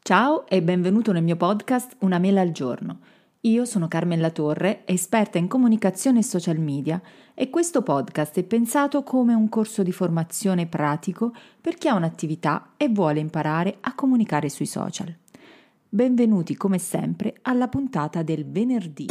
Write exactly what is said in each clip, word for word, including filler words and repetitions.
Ciao e benvenuto nel mio podcast Una mela al giorno. Io sono Carmen Latorre, esperta in comunicazione e social media, e questo podcast è pensato come un corso di formazione pratico per chi ha un'attività e vuole imparare a comunicare sui social. Benvenuti come sempre alla puntata del venerdì.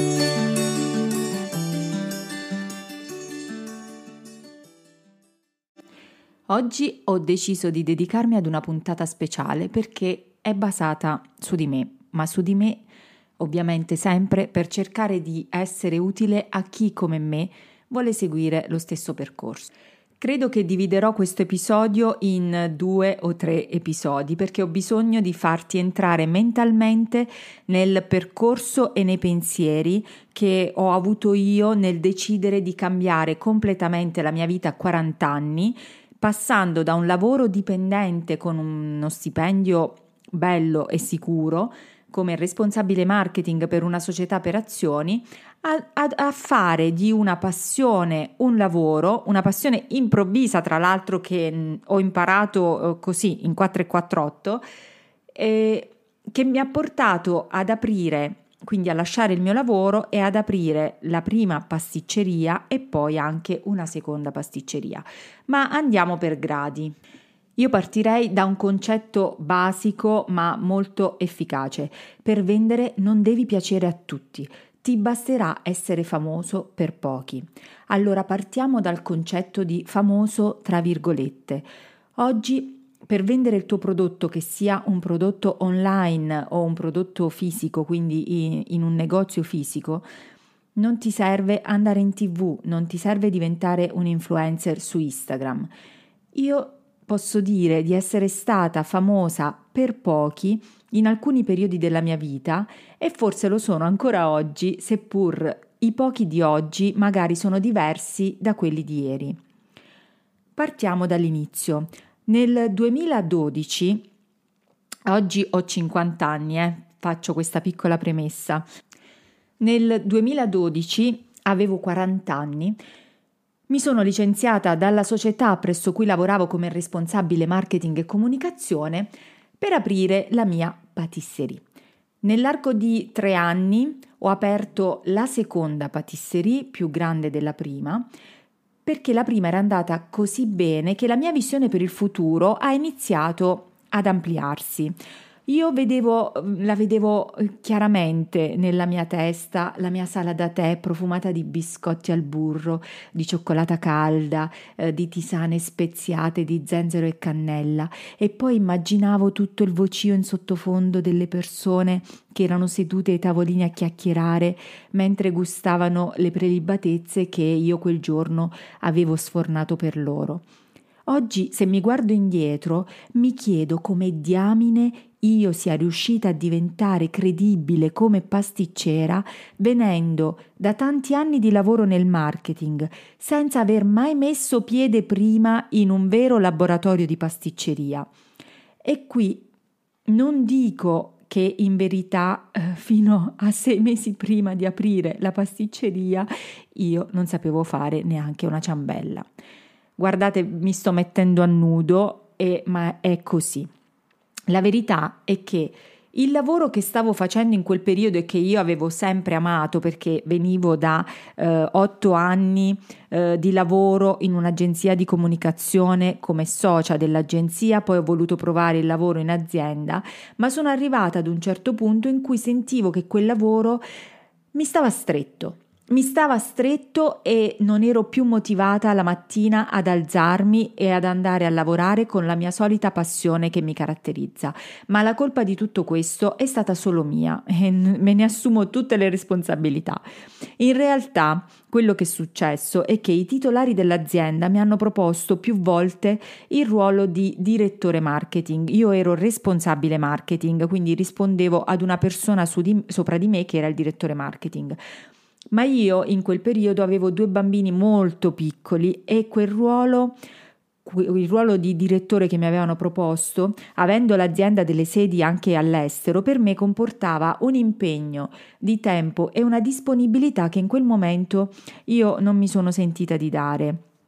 Oggi ho deciso di dedicarmi ad una puntata speciale perché è basata su di me, ma su di me ovviamente sempre per cercare di essere utile a chi come me vuole seguire lo stesso percorso. Credo che dividerò questo episodio in due o tre episodi perché ho bisogno di farti entrare mentalmente nel percorso e nei pensieri che ho avuto io nel decidere di cambiare completamente la mia vita a quaranta anni, passando da un lavoro dipendente con uno stipendio bello e sicuro come responsabile marketing per una società per azioni a, a, a fare di una passione un lavoro, una passione improvvisa tra l'altro che mh, ho imparato eh, così in quattro e quattr'otto, eh, che mi ha portato ad aprire, quindi a lasciare il mio lavoro e ad aprire la prima pasticceria e poi anche una seconda pasticceria. Ma andiamo per gradi. Io partirei da un concetto basico ma molto efficace. Per vendere non devi piacere a tutti, ti basterà essere famoso per pochi. Allora partiamo dal concetto di famoso tra virgolette. Oggi per vendere il tuo prodotto, che sia un prodotto online o un prodotto fisico, quindi in un negozio fisico, non ti serve andare in tivù, non ti serve diventare un influencer su Instagram. Io posso dire di essere stata famosa per pochi in alcuni periodi della mia vita e forse lo sono ancora oggi, seppur i pochi di oggi magari sono diversi da quelli di ieri. Partiamo dall'inizio. Nel duemiladodici, oggi ho cinquanta anni, eh, faccio questa piccola premessa. Nel duemiladodici avevo quaranta anni. Mi sono licenziata dalla società presso cui lavoravo come responsabile marketing e comunicazione per aprire la mia patisserie. Nell'arco di tre anni ho aperto la seconda patisserie, più grande della prima, perché la prima era andata così bene che la mia visione per il futuro ha iniziato ad ampliarsi. Io vedevo, la vedevo chiaramente nella mia testa, la mia sala da tè profumata di biscotti al burro, di cioccolata calda, eh, di tisane speziate di zenzero e cannella, e poi immaginavo tutto il vocio in sottofondo delle persone che erano sedute ai tavolini a chiacchierare mentre gustavano le prelibatezze che io quel giorno avevo sfornato per loro. Oggi, se mi guardo indietro, mi chiedo come diamine io sia riuscita a diventare credibile come pasticcera venendo da tanti anni di lavoro nel marketing, senza aver mai messo piede prima in un vero laboratorio di pasticceria. E qui non dico che in verità eh, fino a sei mesi prima di aprire la pasticceria io non sapevo fare neanche una ciambella. Guardate, mi sto mettendo a nudo, e, ma è così. La verità è che il lavoro che stavo facendo in quel periodo e che io avevo sempre amato, perché venivo da eh, otto anni eh, di lavoro in un'agenzia di comunicazione come socia dell'agenzia, poi ho voluto provare il lavoro in azienda, ma sono arrivata ad un certo punto in cui sentivo che quel lavoro mi stava stretto. Mi stava stretto e non ero più motivata la mattina ad alzarmi e ad andare a lavorare con la mia solita passione che mi caratterizza. Ma la colpa di tutto questo è stata solo mia e me ne assumo tutte le responsabilità. In realtà, quello che è successo è che i titolari dell'azienda mi hanno proposto più volte il ruolo di direttore marketing. Io ero responsabile marketing, quindi rispondevo ad una persona su di, sopra di me che era il direttore marketing. Ma io in quel periodo avevo due bambini molto piccoli e quel ruolo, il ruolo di direttore che mi avevano proposto, avendo l'azienda delle sedi anche all'estero, per me comportava un impegno di tempo e una disponibilità che in quel momento io non mi sono sentita di dare.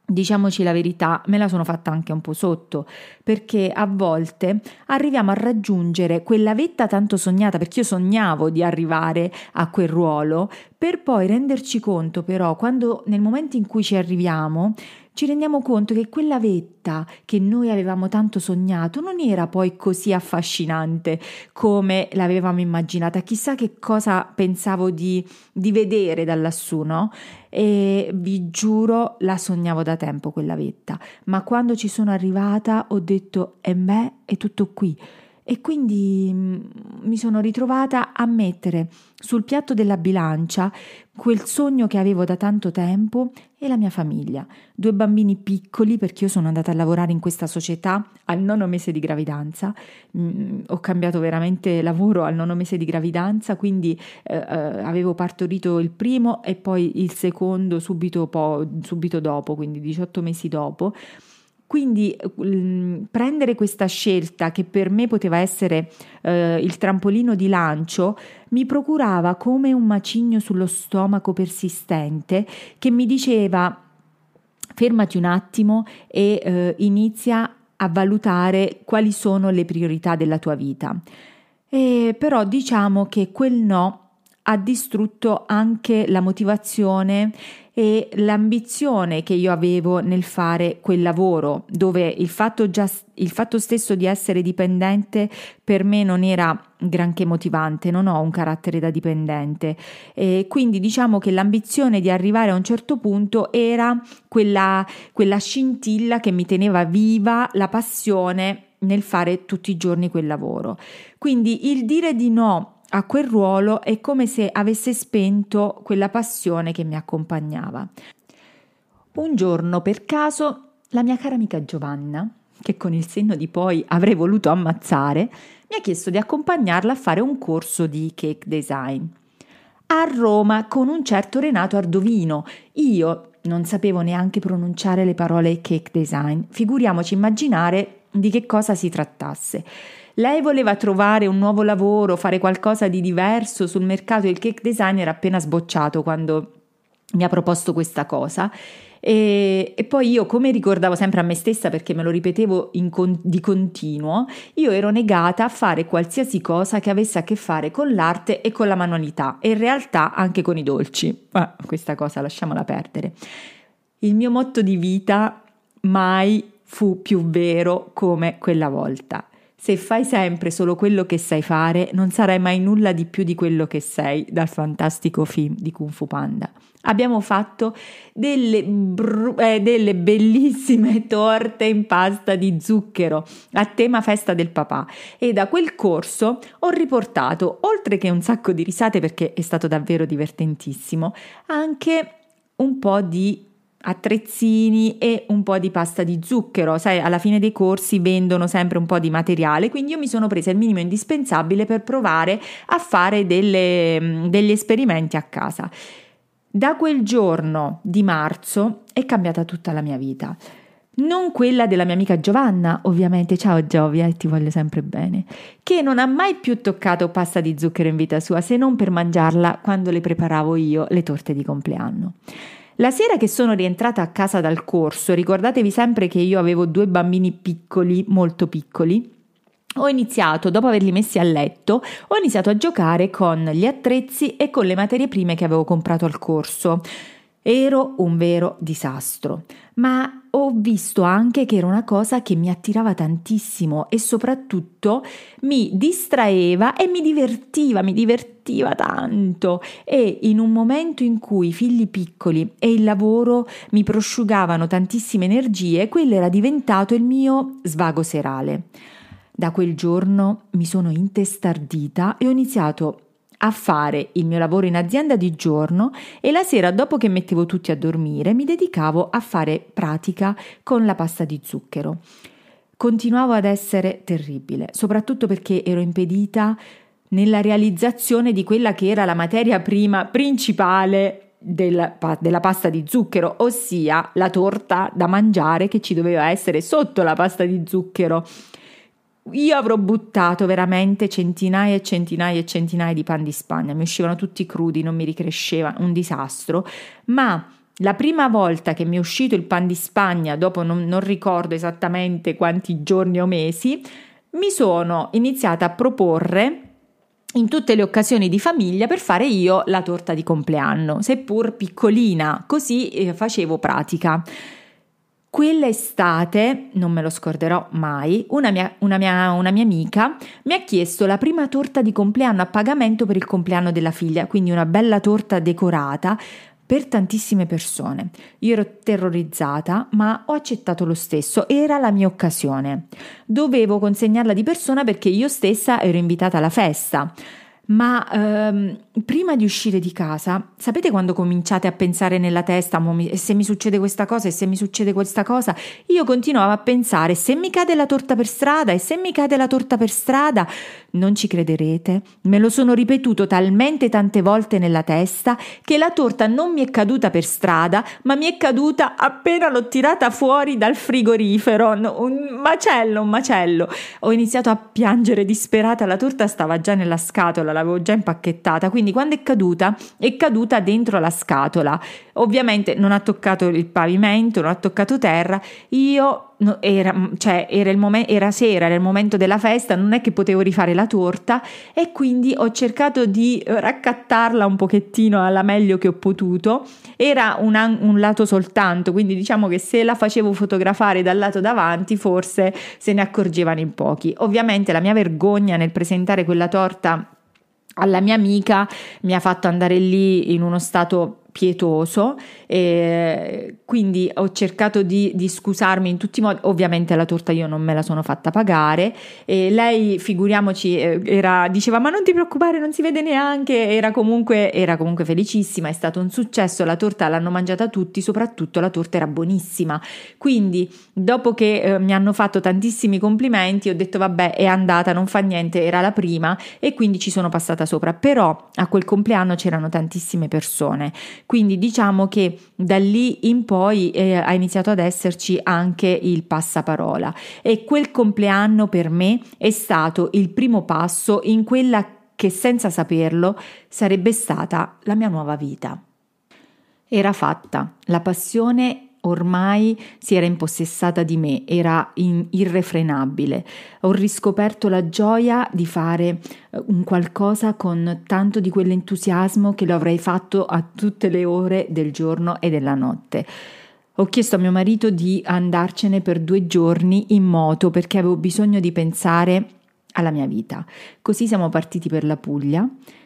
diciamoci la verità, me la sono fatta anche un po' sotto, perché a volte arriviamo a raggiungere quella vetta tanto sognata, perché io sognavo di arrivare a quel ruolo, per poi renderci conto però, quando nel momento in cui ci arriviamo, ci rendiamo conto che quella vetta che noi avevamo tanto sognato non era poi così affascinante come l'avevamo immaginata. Chissà che cosa pensavo di, di vedere da lassù, no? E vi giuro, la sognavo da tempo quella vetta, ma quando ci sono arrivata ho detto, e beh, è tutto qui. E quindi mh, mi sono ritrovata a mettere sul piatto della bilancia quel sogno che avevo da tanto tempo e la mia famiglia. Due bambini piccoli, perché io sono andata a lavorare in questa società al nono mese di gravidanza, mh, ho cambiato veramente lavoro al nono mese di gravidanza, quindi eh, eh, avevo partorito il primo e poi il secondo subito, po- subito dopo, quindi diciotto mesi dopo. Quindi mh, prendere questa scelta, che per me poteva essere eh, il trampolino di lancio, mi procurava come un macigno sullo stomaco persistente che mi diceva: fermati un attimo e eh, inizia a valutare quali sono le priorità della tua vita. E però diciamo che quel no ha distrutto anche la motivazione e l'ambizione che io avevo nel fare quel lavoro, dove il fatto, già, il fatto stesso di essere dipendente per me non era granché motivante, non ho un carattere da dipendente, e quindi diciamo che l'ambizione di arrivare a un certo punto era quella, quella scintilla che mi teneva viva, la passione nel fare tutti i giorni quel lavoro. Quindi il dire di no a quel ruolo è come se avesse spento quella passione che mi accompagnava. Un giorno, per caso, la mia cara amica Giovanna, che con il senno di poi avrei voluto ammazzare, mi ha chiesto di accompagnarla a fare un corso di cake design a Roma con un certo Renato Ardovino. Io non sapevo neanche pronunciare le parole cake design, figuriamoci immaginare di che cosa si trattasse. Lei voleva trovare un nuovo lavoro, fare qualcosa di diverso sul mercato. Il cake design era appena sbocciato quando mi ha proposto questa cosa. E, e poi io, come ricordavo sempre a me stessa, perché me lo ripetevo in con, di continuo, io ero negata a fare qualsiasi cosa che avesse a che fare con l'arte e con la manualità, e in realtà anche con i dolci. Ma questa cosa lasciamola perdere. Il mio motto di vita mai fu più vero come quella volta. Se fai sempre solo quello che sai fare, non sarai mai nulla di più di quello che sei, dal fantastico film di Kung Fu Panda. Abbiamo fatto delle, br- eh, delle bellissime torte in pasta di zucchero a tema festa del papà, e da quel corso ho riportato, oltre che un sacco di risate perché è stato davvero divertentissimo, anche un po' di attrezzini e un po' di pasta di zucchero. Sai, alla fine dei corsi vendono sempre un po' di materiale, quindi io mi sono presa il minimo indispensabile per provare a fare delle, degli esperimenti a casa. Da quel giorno di marzo è cambiata tutta la mia vita. Non quella della mia amica Giovanna, ovviamente, ciao Giovia, e ti voglio sempre bene, che non ha mai più toccato pasta di zucchero in vita sua, se non per mangiarla quando le preparavo io le torte di compleanno. La sera che sono rientrata a casa dal corso, ricordatevi sempre che io avevo due bambini piccoli, molto piccoli, ho iniziato, dopo averli messi a letto, ho iniziato a giocare con gli attrezzi e con le materie prime che avevo comprato al corso. Ero un vero disastro, ma ho visto anche che era una cosa che mi attirava tantissimo e soprattutto mi distraeva e mi divertiva, mi divertiva tanto, e in un momento in cui i figli piccoli e il lavoro mi prosciugavano tantissime energie, quello era diventato il mio svago serale. Da quel giorno mi sono intestardita e ho iniziato a fare il mio lavoro in azienda di giorno, e la sera, dopo che mettevo tutti a dormire, mi dedicavo a fare pratica con la pasta di zucchero. Continuavo ad essere terribile, soprattutto perché ero impedita nella realizzazione di quella che era la materia prima principale del, della pasta di zucchero, ossia la torta da mangiare che ci doveva essere sotto la pasta di zucchero. Io avrò buttato veramente centinaia e centinaia e centinaia di pan di Spagna, mi uscivano tutti crudi, non mi ricresceva, un disastro, ma La prima volta che mi è uscito il pan di Spagna, dopo non, non ricordo esattamente quanti giorni o mesi, mi sono iniziata a proporre in tutte le occasioni di famiglia per fare io la torta di compleanno, seppur piccolina, così eh, facevo pratica. Quell'estate, non me lo scorderò mai, una mia, una, mia, una mia amica mi ha chiesto la prima torta di compleanno a pagamento per il compleanno della figlia, quindi una bella torta decorata per tantissime persone. Io ero terrorizzata, ma ho accettato lo stesso, era la mia occasione. Dovevo consegnarla di persona perché io stessa ero invitata alla festa. Ma ehm, prima di uscire di casa, sapete quando cominciate a pensare nella testa, e se mi succede questa cosa, e se mi succede questa cosa, io continuavo a pensare, se mi cade la torta per strada, e se mi cade la torta per strada, non ci crederete, me lo sono ripetuto talmente tante volte nella testa che la torta non mi è caduta per strada, ma mi è caduta appena l'ho tirata fuori dal frigorifero, un macello, un macello. Ho iniziato a piangere disperata, la torta stava già nella scatola, l'avevo già impacchettata, quindi quando è caduta, è caduta dentro la scatola. Ovviamente non ha toccato il pavimento, non ha toccato terra. Io no, era, cioè, era il momento, era sera, era il momento della festa, non è che potevo rifare la torta e quindi ho cercato di raccattarla un pochettino alla meglio che ho potuto. Era un, un lato soltanto, quindi diciamo che se la facevo fotografare dal lato davanti forse se ne accorgevano in pochi. Ovviamente la mia vergogna nel presentare quella torta alla mia amica mi ha fatto andare lì in uno stato pietoso, e quindi ho cercato di, di scusarmi in tutti i modi. Ovviamente la torta io non me la sono fatta pagare e lei, figuriamoci, era, diceva ma non ti preoccupare, non si vede neanche, era comunque, era comunque felicissima, è stato un successo, la torta l'hanno mangiata tutti, soprattutto la torta era buonissima. Quindi dopo che eh, mi hanno fatto tantissimi complimenti ho detto vabbè, è andata, non fa niente, era la prima, e quindi ci sono passata sopra. Però a quel compleanno c'erano tantissime persone, quindi diciamo che da lì in poi eh, ha iniziato ad esserci anche il passaparola, e quel compleanno per me è stato il primo passo in quella che senza saperlo sarebbe stata la mia nuova vita. Era fatta, la passione ormai si era impossessata di me, era in, irrefrenabile. Ho riscoperto la gioia di fare un qualcosa con tanto di quell'entusiasmo che lo avrei fatto a tutte le ore del giorno e della notte. Ho chiesto a mio marito di andarcene per due giorni in moto perché avevo bisogno di pensare alla mia vita. Così siamo partiti per la Puglia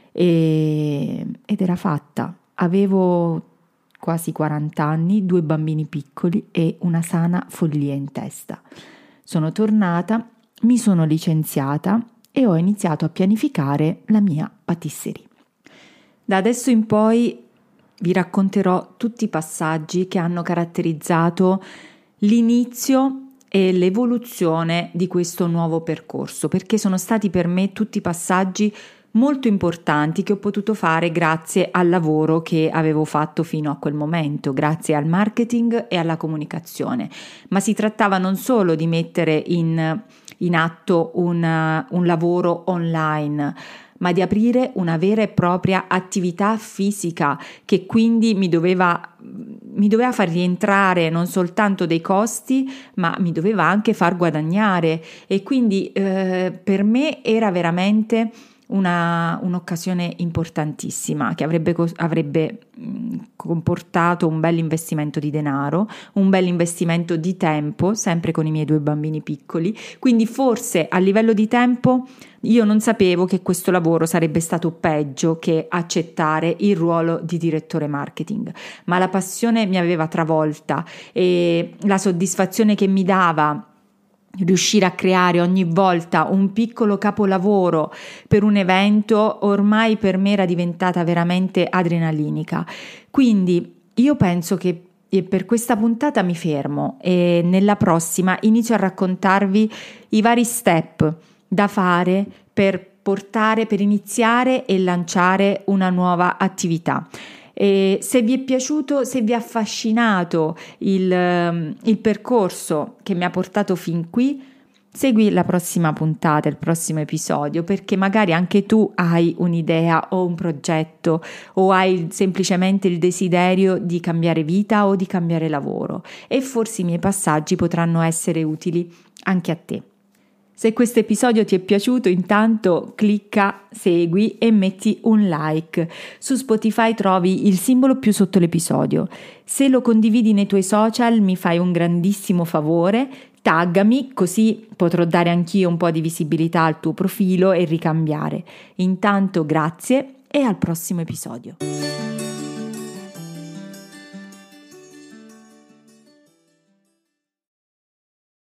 e, ed era fatta. Avevo quasi quaranta anni, due bambini piccoli e una sana follia in testa. Sono tornata, mi sono licenziata e ho iniziato a pianificare la mia patisserie. Da adesso in poi vi racconterò tutti i passaggi che hanno caratterizzato l'inizio e l'evoluzione di questo nuovo percorso, perché sono stati per me tutti passaggi molto importanti che ho potuto fare grazie al lavoro che avevo fatto fino a quel momento, grazie al marketing e alla comunicazione. Ma si trattava non solo di mettere in, in atto un, un lavoro online, ma di aprire una vera e propria attività fisica che quindi mi doveva, mi doveva far rientrare non soltanto dei costi, ma mi doveva anche far guadagnare, e quindi eh, per me era veramente Una, un'occasione importantissima che avrebbe, avrebbe mh, comportato un bel investimento di denaro, un bel investimento di tempo, sempre con i miei due bambini piccoli. Quindi forse a livello di tempo io non sapevo che questo lavoro sarebbe stato peggio che accettare il ruolo di direttore marketing, ma la passione mi aveva travolta e la soddisfazione che mi dava riuscire a creare ogni volta un piccolo capolavoro per un evento ormai per me era diventata veramente adrenalinica. Quindi io penso che per questa puntata mi fermo e nella prossima inizio a raccontarvi i vari step da fare per portare, per iniziare e lanciare una nuova attività. E se vi è piaciuto, se vi ha affascinato il, il percorso che mi ha portato fin qui, segui la prossima puntata, il prossimo episodio, perché magari anche tu hai un'idea o un progetto o hai semplicemente il desiderio di cambiare vita o di cambiare lavoro e forse i miei passaggi potranno essere utili anche a te. Se questo episodio ti è piaciuto, intanto clicca segui e metti un like. Su Spotify trovi il simbolo più sotto l'episodio. Se lo condividi nei tuoi social mi fai un grandissimo favore, taggami così potrò dare anch'io un po' di visibilità al tuo profilo e ricambiare. Intanto grazie e al prossimo episodio.